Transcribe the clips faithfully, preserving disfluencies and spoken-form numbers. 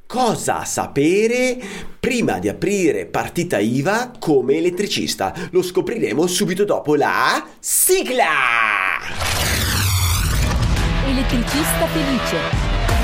Cosa sapere prima di aprire partita I V A come elettricista? Lo scopriremo subito dopo la sigla! Elettricista felice.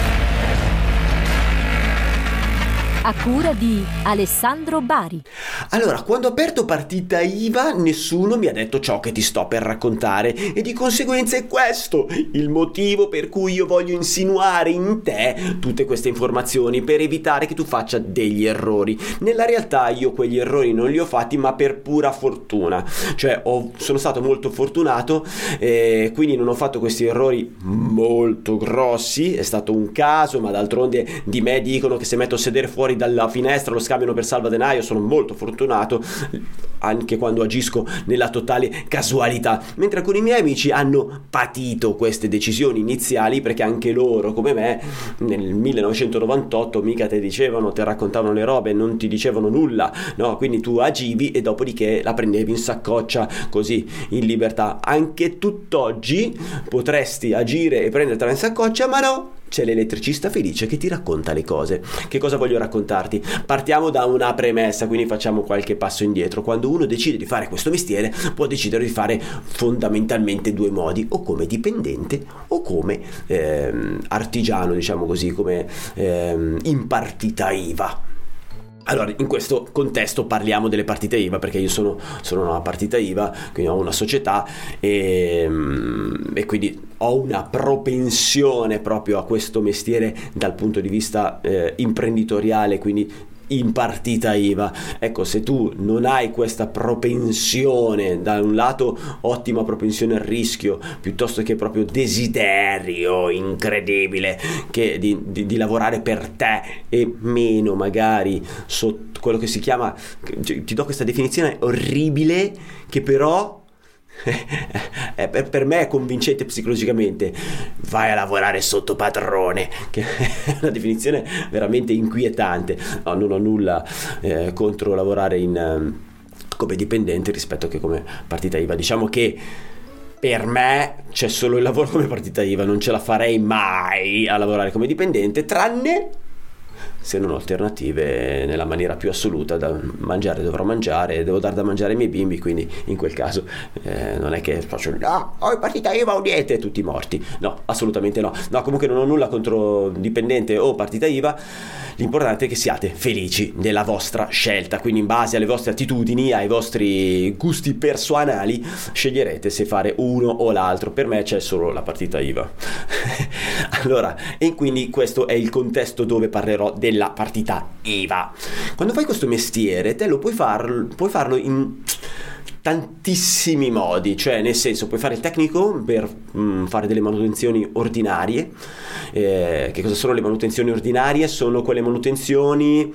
A cura di Alessandro Bari. Allora, quando ho aperto partita I V A, nessuno mi ha detto ciò che ti sto per raccontare e di conseguenza è questo il motivo per cui io voglio insinuare in te tutte queste informazioni per evitare che tu faccia degli errori. Nella realtà io quegli errori non li ho fatti, ma per pura fortuna, cioè ho, sono stato molto fortunato e quindi non ho fatto questi errori molto grossi. È stato un caso, ma d'altronde di me dicono che se metto a sedere fuori dalla finestra lo scambiano per salvadenaio. Sono molto fortunato anche quando agisco nella totale casualità, mentre alcuni miei amici hanno patito queste decisioni iniziali perché anche loro come me nel millenovecentonovantotto mica te dicevano, te raccontavano le robe, non ti dicevano nulla, no? Quindi tu agivi e dopodiché la prendevi in saccoccia così in libertà. Anche tutt'oggi potresti agire e prendertela in saccoccia, ma no, c'è l'elettricista felice che ti racconta le cose. Che cosa voglio raccontarti? Partiamo da una premessa, quindi facciamo qualche passo indietro. Quando uno decide di fare questo mestiere può decidere di fare fondamentalmente due modi: o come dipendente o come ehm, artigiano, diciamo così, come ehm, in partita I V A. Allora, in questo contesto parliamo delle partite I V A perché io sono, sono una partita I V A, quindi ho una società e, e quindi ho una propensione proprio a questo mestiere dal punto di vista eh, imprenditoriale, quindi in partita I V A. Ecco, se tu non hai questa propensione, da un lato ottima propensione al rischio piuttosto che proprio desiderio incredibile che di, di, di lavorare per te e meno magari sotto quello che si chiama, ti do questa definizione orribile che però per me è convincente psicologicamente: vai a lavorare sotto padrone, che è una definizione veramente inquietante. No, non ho nulla eh, contro lavorare in, come dipendente rispetto che come partita I V A. Diciamo che per me c'è solo il lavoro come partita I V A, non ce la farei mai a lavorare come dipendente, tranne se non ho alternative nella maniera più assoluta. Da mangiare dovrò mangiare, devo dar da mangiare ai miei bimbi, quindi in quel caso eh, non è che faccio no, ho partita I V A o niente, tutti morti, no, assolutamente no. No, comunque non ho nulla contro dipendente o partita I V A, l'importante è che siate felici della vostra scelta, quindi in base alle vostre attitudini, ai vostri gusti personali sceglierete se fare uno o l'altro. Per me c'è solo la partita I V A. Allora, e quindi questo è il contesto dove parlerò della partita I V A. Quando fai questo mestiere te lo puoi farlo, puoi farlo in tantissimi modi, cioè nel senso puoi fare il tecnico per mh, fare delle manutenzioni ordinarie. Eh, che cosa sono le manutenzioni ordinarie? Sono quelle manutenzioni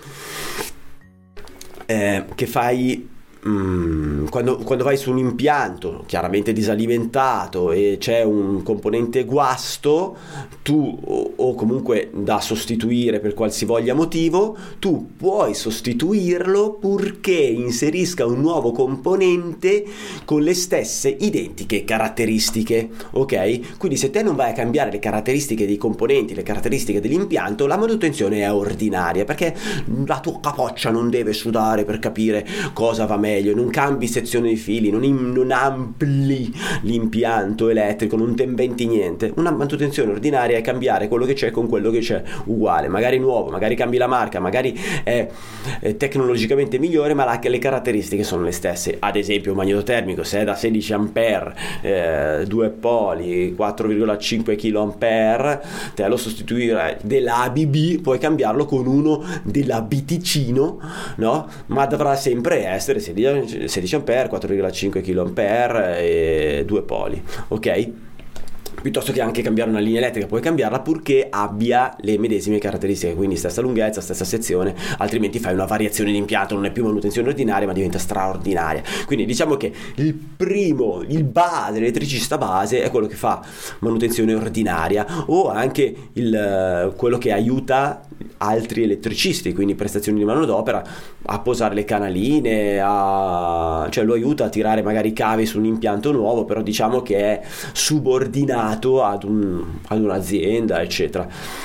eh, che fai Mm, quando, quando vai su un impianto chiaramente disalimentato e c'è un componente guasto, tu o, o comunque da sostituire per qualsivoglia motivo, tu puoi sostituirlo purché inserisca un nuovo componente con le stesse identiche caratteristiche, ok? Quindi se te non vai a cambiare le caratteristiche dei componenti, le caratteristiche dell'impianto, la manutenzione è ordinaria, perché la tua capoccia non deve sudare per capire cosa va meglio. Non cambi sezione di fili, non, in, non ampli l'impianto elettrico, non te inventi niente. Una manutenzione ordinaria è cambiare quello che c'è con quello che c'è uguale, magari nuovo, magari cambi la marca, magari è, è tecnologicamente migliore, ma la, le caratteristiche sono le stesse. Ad esempio un magnetotermico, se è da sedici ampere, eh, due poli, quattro virgola cinque chiloampere, te lo sostituirai della A B B, puoi cambiarlo con uno della B T Cino, no? Ma dovrà sempre essere sedici ampere, quattro virgola cinque chiloampere e due poli, ok? Piuttosto che anche cambiare una linea elettrica, puoi cambiarla purché abbia le medesime caratteristiche, quindi stessa lunghezza, stessa sezione, altrimenti fai una variazione di impianto, non è più manutenzione ordinaria ma diventa straordinaria. Quindi diciamo che il primo, il base, l'elettricista base è quello che fa manutenzione ordinaria, o anche il, quello che aiuta altri elettricisti, quindi prestazioni di manodopera, a posare le canaline, a... cioè lo aiuta a tirare magari i cavi su un impianto nuovo, però diciamo che è subordinato ad, un, ad un'azienda, eccetera.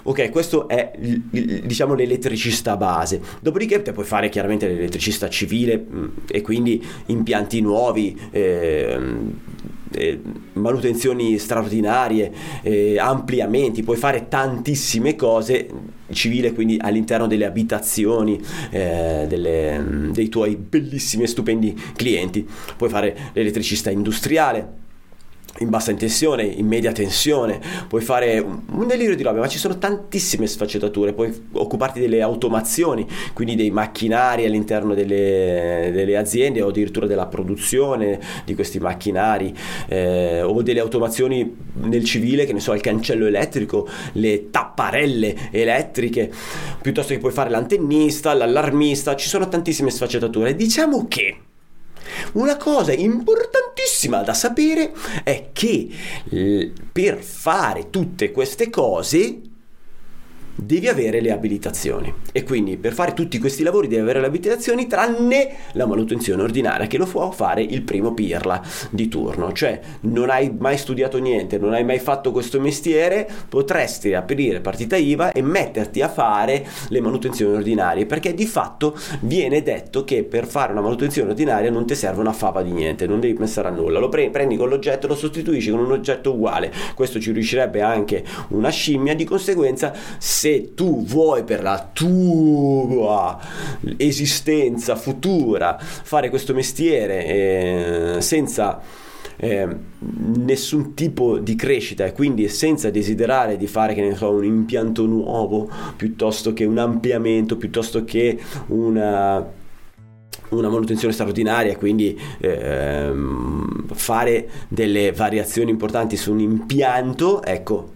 Ok, questo è il, il, diciamo l'elettricista base. Dopodiché te puoi fare chiaramente l'elettricista civile mh, e quindi impianti nuovi, eh, eh, manutenzioni straordinarie, eh, ampliamenti, puoi fare tantissime cose. Civile quindi all'interno delle abitazioni, eh, delle, dei tuoi bellissimi e stupendi clienti. Puoi fare l'elettricista industriale in bassa tensione, in media tensione, puoi fare un delirio di roba, ma ci sono tantissime sfaccettature. Puoi occuparti delle automazioni, quindi dei macchinari all'interno delle, delle aziende, o addirittura della produzione di questi macchinari, eh, o delle automazioni nel civile, che ne so, il cancello elettrico, le tapparelle elettriche, piuttosto che puoi fare l'antennista, l'allarmista. Ci sono tantissime sfaccettature. Diciamo che una cosa importantissima da sapere è che eh, per fare tutte queste cose devi avere le abilitazioni, e quindi per fare tutti questi lavori devi avere le abilitazioni, tranne la manutenzione ordinaria, che lo può fare il primo pirla di turno. Cioè, non hai mai studiato niente, non hai mai fatto questo mestiere, potresti aprire partita I V A e metterti a fare le manutenzioni ordinarie, perché di fatto viene detto che per fare una manutenzione ordinaria non ti serve una fava di niente, non devi pensare a nulla, lo pre- prendi con l'oggetto, lo sostituisci con un oggetto uguale. Questo ci riuscirebbe anche una scimmia. Di conseguenza, se se tu vuoi per la tua esistenza futura fare questo mestiere eh, senza eh, nessun tipo di crescita, e quindi senza desiderare di fare, che ne so, un impianto nuovo, piuttosto che un ampliamento, piuttosto che una una manutenzione straordinaria, quindi ehm, fare delle variazioni importanti su un impianto, ecco,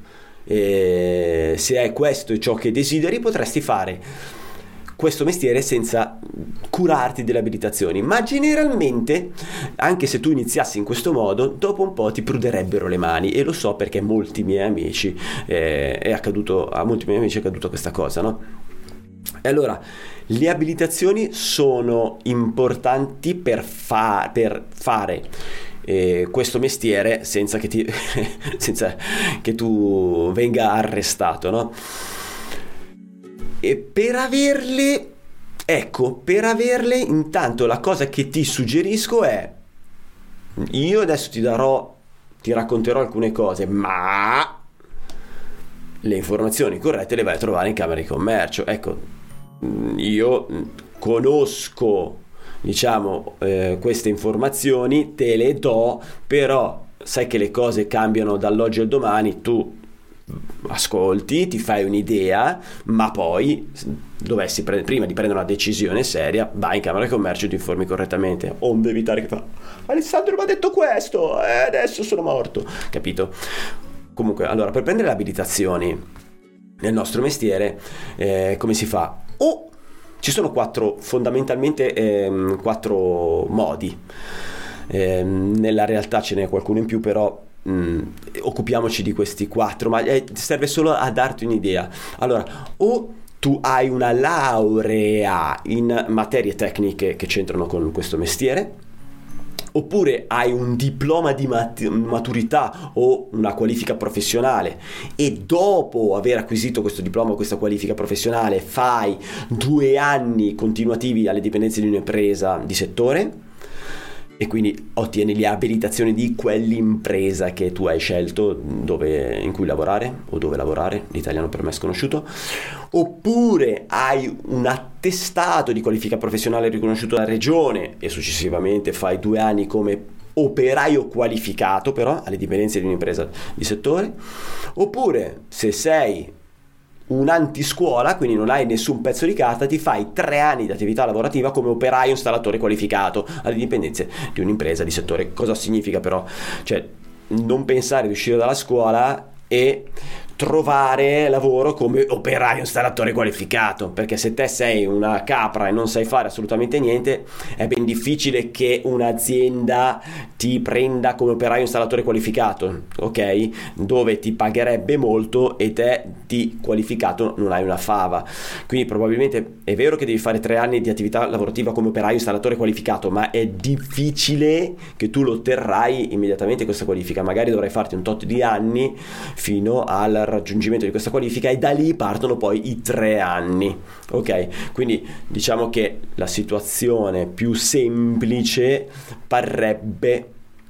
eh, se è questo ciò che desideri, potresti fare questo mestiere senza curarti delle abilitazioni. Ma generalmente, anche se tu iniziassi in questo modo, dopo un po' ti pruderebbero le mani, e lo so perché molti miei amici eh, è accaduto a molti miei amici è accaduta questa cosa, no? E allora, le abilitazioni sono importanti per, fa- per fare eh, questo mestiere senza che ti senza che tu venga arrestato, no? E per averle, ecco, per averle, intanto la cosa che ti suggerisco è: io adesso ti darò, ti racconterò alcune cose, ma le informazioni corrette le vai a trovare in Camera di Commercio. Ecco, io conosco, diciamo, eh, queste informazioni, te le do, però sai che le cose cambiano dall'oggi al domani. Tu ascolti, ti fai un'idea, ma poi dovessi pre- prima di prendere una decisione seria, vai in Camera di Commercio e ti informi correttamente, onde evitare che fa: Alessandro mi ha detto questo e eh, adesso sono morto, capito? Comunque, allora, per prendere le abilitazioni nel nostro mestiere, eh, come si fa? O ci sono quattro, fondamentalmente ehm, quattro modi. Eh, nella realtà ce n'è qualcuno in più, però mh, occupiamoci di questi quattro, ma eh, serve solo a darti un'idea. Allora, o tu hai una laurea in materie tecniche che c'entrano con questo mestiere, oppure hai un diploma di mat- maturità o una qualifica professionale, e dopo aver acquisito questo diploma o questa qualifica professionale fai due anni continuativi alle dipendenze di un'impresa di settore, e quindi ottieni le abilitazioni di quell'impresa che tu hai scelto dove, in cui lavorare o dove lavorare, l'italiano per me è sconosciuto. Oppure hai un attestato di qualifica professionale riconosciuto dalla regione e successivamente fai due anni come operaio qualificato, però alle dipendenze di un'impresa di settore. Oppure, se sei un antiscuola, quindi non hai nessun pezzo di carta, ti fai tre anni di attività lavorativa come operaio installatore qualificato alle dipendenze di un'impresa di settore. Cosa significa però? Cioè, non pensare di uscire dalla scuola e trovare lavoro come operaio installatore qualificato, perché se te sei una capra e non sai fare assolutamente niente, è ben difficile che un'azienda ti prenda come operaio installatore qualificato, ok? Dove ti pagherebbe molto e te di qualificato non hai una fava. Quindi probabilmente è vero che devi fare tre anni di attività lavorativa come operaio installatore qualificato, ma è difficile che tu lo otterrai immediatamente questa qualifica. Magari dovrai farti un tot di anni fino al raggiungimento di questa qualifica, e da lì partono poi i tre anni, ok? Quindi diciamo che la situazione più semplice parrebbe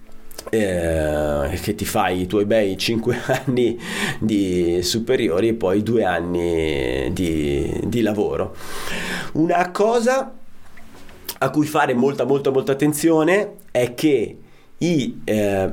Eh, che ti fai i tuoi bei cinque anni di superiori e poi due anni di, di lavoro. Una cosa a cui fare molta molta molta attenzione è che i, eh,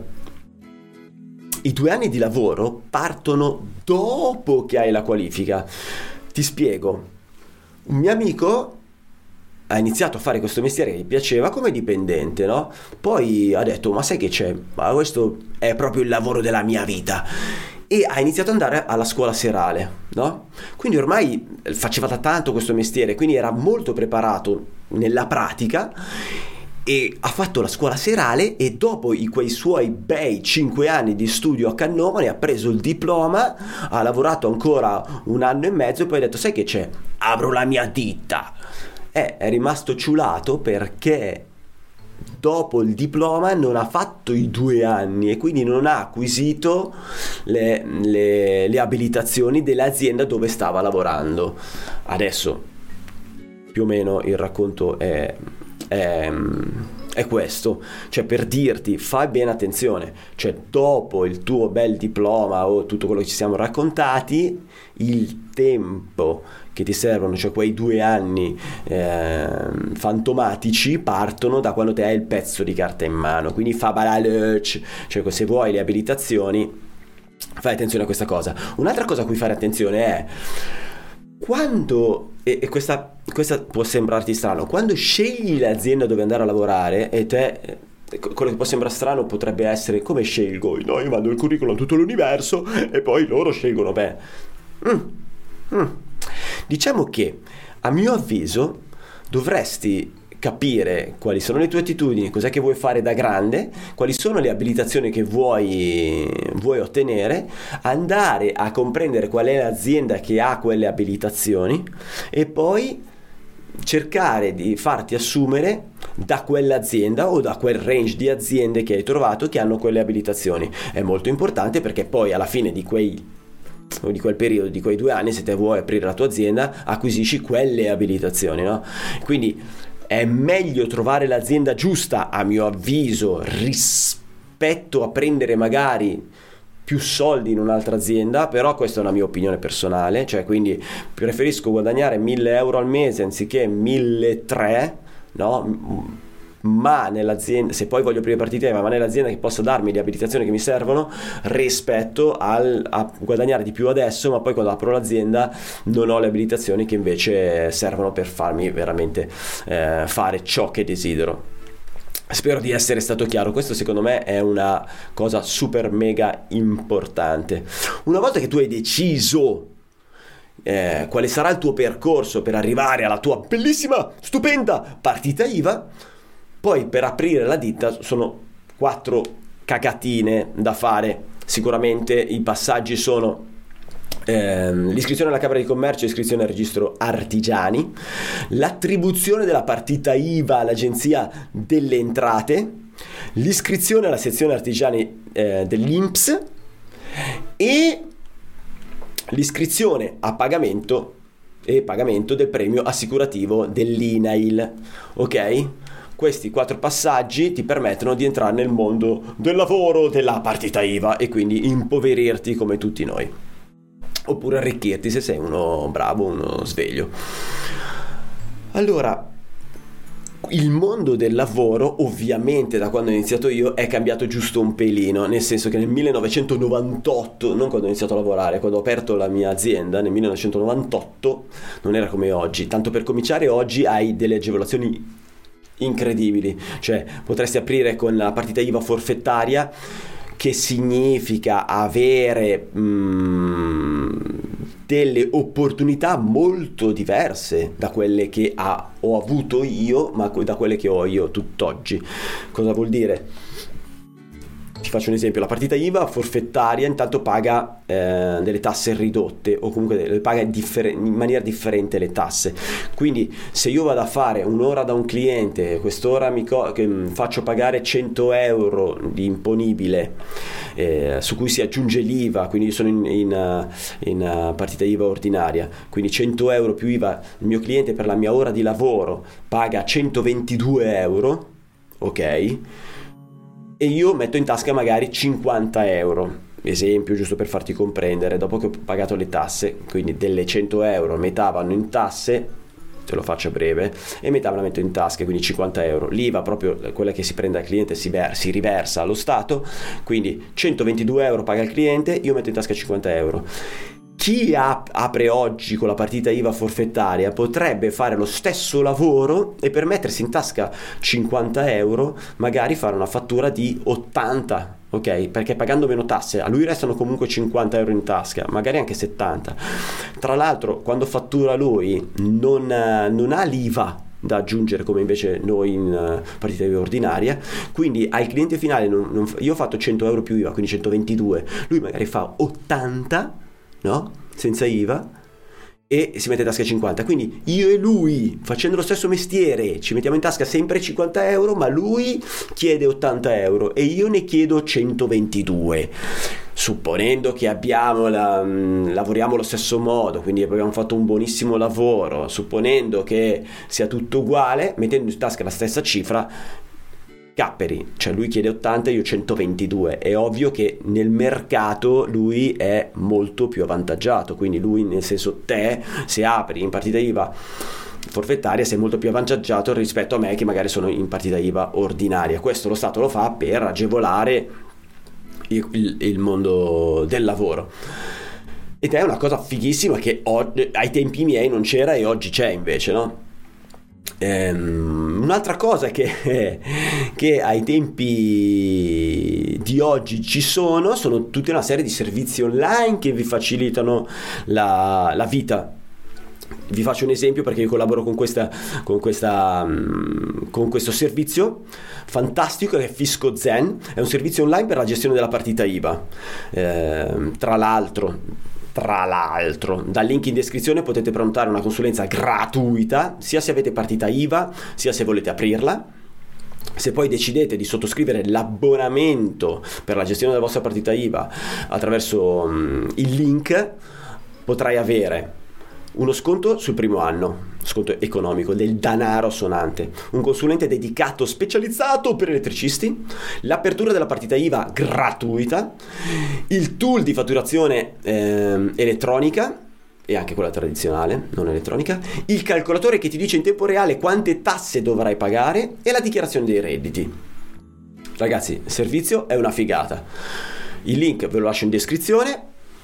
i due anni di lavoro partono dopo che hai la qualifica. Ti spiego. Un mio amico ha iniziato a fare questo mestiere che gli piaceva come dipendente, no? Poi ha detto: ma sai che c'è? Ma questo è proprio il lavoro della mia vita. E ha iniziato ad andare alla scuola serale, no? Quindi ormai faceva da tanto questo mestiere, quindi era molto preparato nella pratica, e ha fatto la scuola serale, e dopo i, quei suoi bei cinque anni di studio a Cannone ha preso il diploma, ha lavorato ancora un anno e mezzo e poi ha detto: sai che c'è? Apro la mia ditta. È rimasto ciulato perché dopo il diploma non ha fatto i due anni e quindi non ha acquisito le, le, le abilitazioni dell'azienda dove stava lavorando. Adesso più o meno il racconto è, è, è questo, cioè per dirti, fai bene attenzione, cioè dopo il tuo bel diploma o tutto quello che ci siamo raccontati, il tempo che ti servono, cioè quei due anni eh, fantomatici, partono da quando te hai il pezzo di carta in mano. Quindi fa balaloc, cioè se vuoi le abilitazioni fai attenzione a questa cosa. Un'altra cosa a cui fare attenzione è quando, e, e questa, questa può sembrarti strano, quando scegli l'azienda dove andare a lavorare, e te, quello che può sembrare strano potrebbe essere: come scelgo? No, io mando il curriculum a tutto l'universo e poi loro scelgono me. Mm. Mm. Diciamo che a mio avviso dovresti capire quali sono le tue attitudini, cos'è che vuoi fare da grande, quali sono le abilitazioni che vuoi, vuoi ottenere, andare a comprendere qual è l'azienda che ha quelle abilitazioni e poi cercare di farti assumere da quell'azienda o da quel range di aziende che hai trovato che hanno quelle abilitazioni. È molto importante perché poi alla fine di quei o di quel periodo, di quei due anni, se te vuoi aprire la tua azienda, acquisisci quelle abilitazioni, no? Quindi è meglio trovare l'azienda giusta, a mio avviso, rispetto a prendere magari più soldi in un'altra azienda, però questa è una mia opinione personale, cioè quindi preferisco guadagnare mille euro al mese anziché milletrecento, no? Ma nell'azienda, se poi voglio aprire partita IVA, ma nell'azienda che possa darmi le abilitazioni che mi servono, rispetto al, a guadagnare di più adesso, ma poi quando apro l'azienda non ho le abilitazioni che invece servono per farmi veramente eh, fare ciò che desidero. Spero di essere stato chiaro. Questo secondo me è una cosa super mega importante. Una volta che tu hai deciso eh, quale sarà il tuo percorso per arrivare alla tua bellissima, stupenda partita IVA, poi per aprire la ditta sono quattro cagatine da fare. Sicuramente i passaggi sono ehm, l'iscrizione alla Camera di Commercio, l'iscrizione al registro artigiani, l'attribuzione della partita IVA all'Agenzia delle Entrate, l'iscrizione alla sezione artigiani eh, dell'I N P S e l'iscrizione a pagamento e pagamento del premio assicurativo dell'I N A I L. Ok? Questi quattro passaggi ti permettono di entrare nel mondo del lavoro della partita IVA e quindi impoverirti come tutti noi, oppure arricchirti se sei uno bravo, uno sveglio. Allora, il mondo del lavoro, ovviamente, da quando ho iniziato io è cambiato giusto un pelino, nel senso che nel millenovecentonovantotto, non quando ho iniziato a lavorare, quando ho aperto la mia azienda nel millenovecentonovantotto, non era come oggi. Tanto per cominciare, oggi hai delle agevolazioni incredibili, cioè potresti aprire con la partita IVA forfettaria, che significa avere mm, delle opportunità molto diverse da quelle che ha, ho avuto io, ma da quelle che ho io tutt'oggi. Cosa vuol dire? Ti faccio un esempio: la partita I V A forfettaria intanto paga eh, delle tasse ridotte, o comunque le paga in, differ- in maniera differente le tasse. Quindi se io vado a fare un'ora da un cliente, quest'ora mi co- che faccio pagare cento euro di imponibile, eh, su cui si aggiunge l'I V A, quindi io sono in, in, in partita I V A ordinaria, quindi cento euro più I V A, il mio cliente per la mia ora di lavoro paga centoventidue euro, ok? E io metto in tasca magari cinquanta euro, esempio giusto per farti comprendere, dopo che ho pagato le tasse. Quindi delle cento euro metà vanno in tasse, te lo faccio a breve, e metà me la metto in tasca, quindi cinquanta euro. L'I V A, proprio quella che si prende al cliente, si, ver- si riversa allo Stato, quindi centoventidue euro paga il cliente, io metto in tasca cinquanta euro. Chi ap- apre oggi con la partita I V A forfettaria potrebbe fare lo stesso lavoro e per mettersi in tasca cinquanta euro magari fare una fattura di ottanta, ok? Perché pagando meno tasse a lui restano comunque cinquanta euro in tasca, magari anche settanta. Tra l'altro, quando fattura lui non, non ha l'I V A da aggiungere come invece noi in uh, partita I V A ordinaria, quindi al cliente finale non, non, io ho fatto cento euro più I V A, quindi centoventidue, lui magari fa ottanta, no? Senza I V A, e si mette in tasca cinquanta. Quindi io e lui, facendo lo stesso mestiere, ci mettiamo in tasca sempre cinquanta euro, ma lui chiede ottanta euro e io ne chiedo centoventidue. Supponendo che abbiamo la, mh, lavoriamo allo stesso modo, quindi abbiamo fatto un buonissimo lavoro, supponendo che sia tutto uguale, mettendo in tasca la stessa cifra, capperi, cioè lui chiede ottanta, io centoventidue. È ovvio che nel mercato lui è molto più avvantaggiato, quindi lui, nel senso, te se apri in partita I V A forfettaria sei molto più avvantaggiato rispetto a me che magari sono in partita I V A ordinaria. Questo lo Stato lo fa per agevolare il, il, il mondo del lavoro, ed è una cosa fighissima che ho, ai tempi miei non c'era e oggi c'è invece, no? Um, un'altra cosa che, che ai tempi di oggi ci sono sono tutta una serie di servizi online che vi facilitano la, la vita. Vi faccio un esempio perché io collaboro con questa con questa um, con questo servizio fantastico che è Fisco Zen. È un servizio online per la gestione della partita I V A. Eh, tra l'altro Tra l'altro, dal link in descrizione potete prenotare una consulenza gratuita, sia se avete partita I V A, sia se volete aprirla. Se poi decidete di sottoscrivere l'abbonamento per la gestione della vostra partita I V A attraverso um, il link, potrai avere uno sconto sul primo anno, sconto economico, del danaro sonante, un consulente dedicato specializzato per elettricisti, l'apertura della partita I V A gratuita, il tool di fatturazione eh, elettronica e anche quella tradizionale, non elettronica, il calcolatore che ti dice in tempo reale quante tasse dovrai pagare e la dichiarazione dei redditi. Ragazzi, il servizio è una figata. Il link ve lo lascio in descrizione.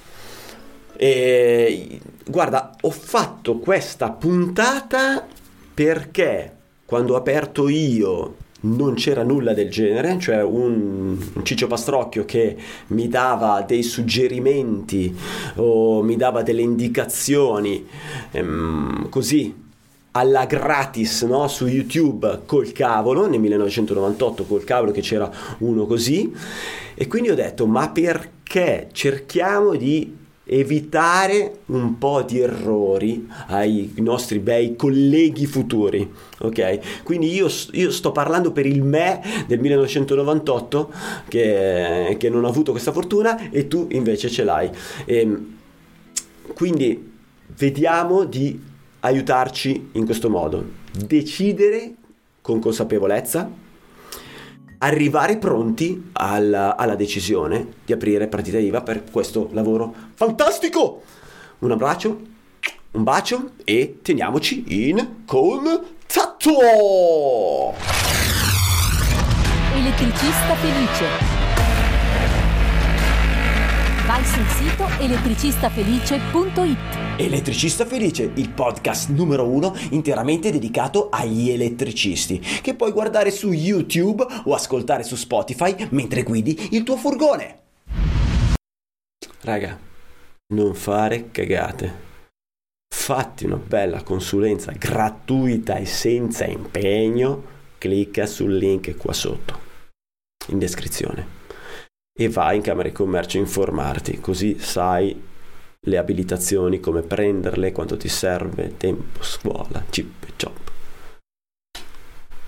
E guarda, ho fatto questa puntata perché quando ho aperto io non c'era nulla del genere, cioè un, un Ciccio Pastrocchio che mi dava dei suggerimenti o mi dava delle indicazioni ehm, così alla gratis, no? Su YouTube col cavolo, nel millenovecentonovantotto col cavolo che c'era uno così, e quindi ho detto ma perché cerchiamo di evitare un po' di errori ai nostri bei colleghi futuri, ok? Quindi io, io sto parlando per il me del millenovecentonovantotto che, che non ha avuto questa fortuna e tu invece ce l'hai, e quindi vediamo di aiutarci in questo modo: decidere con consapevolezza, arrivare pronti alla, alla decisione di aprire partita I V A per questo lavoro fantastico. Un abbraccio, un bacio e teniamoci in contatto. Elettricista felice. Vai sul sito elettricistafelice punto it. Elettricista Felice, il podcast numero uno interamente dedicato agli elettricisti, che puoi guardare su YouTube o ascoltare su Spotify mentre guidi il tuo furgone. Raga, non fare cagate. Fatti una bella consulenza gratuita e senza impegno. Clicca sul link qua sotto in descrizione. e vai in Camera di Commercio a informarti, così sai le abilitazioni, come prenderle, quanto ti serve, tempo, scuola, chip e chop.